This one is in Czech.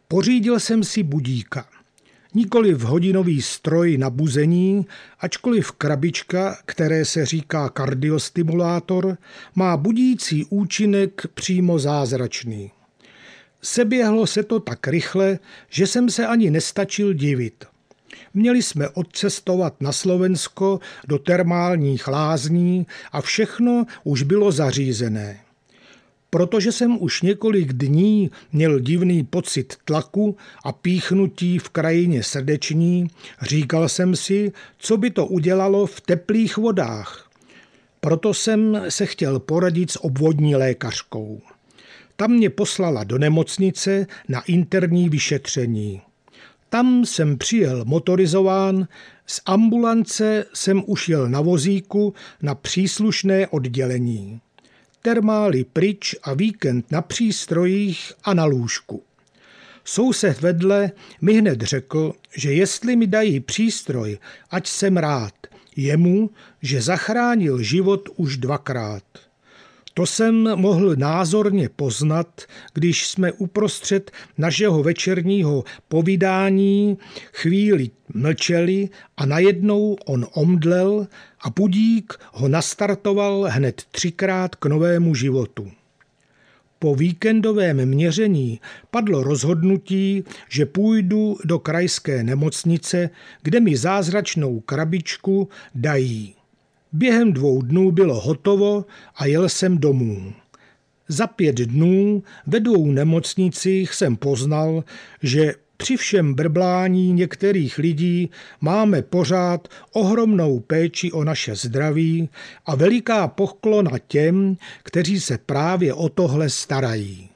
Pořídil jsem si budíka. Nikoliv hodinový stroj na buzení, ačkoliv krabička, které se říká kardiostimulátor, má budící účinek přímo zázračný. Seběhlo se to tak rychle, že jsem se ani nestačil divit. Měli jsme odcestovat na Slovensko do termálních lázní a všechno už bylo zařízené. Protože jsem už několik dní měl divný pocit tlaku a píchnutí v krajině srdeční, říkal jsem si, co by to udělalo v teplých vodách. Proto jsem se chtěl poradit s obvodní lékařkou. Ta mě poslala do nemocnice na interní vyšetření. Tam jsem přijel motorizován, z ambulance jsem už jel na vozíku na příslušné oddělení. Termály pryč a víkend na přístrojích a na lůžku. Soused vedle mi hned řekl, že jestli mi dají přístroj, ať jsem rád, jemu, že zachránil život už 2krát. To jsem mohl názorně poznat, když jsme uprostřed našeho večerního povídání chvíli mlčeli a najednou on omdlel a budík ho nastartoval hned 3krát k novému životu. Po víkendovém měření padlo rozhodnutí, že půjdu do krajské nemocnice, kde mi zázračnou krabičku dají. Během 2 dnů bylo hotovo a jel jsem domů. Za 5 dnů ve 2 nemocnicích jsem poznal, že při všem brblání některých lidí máme pořád ohromnou péči o naše zdraví a veliká poklona těm, kteří se právě o tohle starají.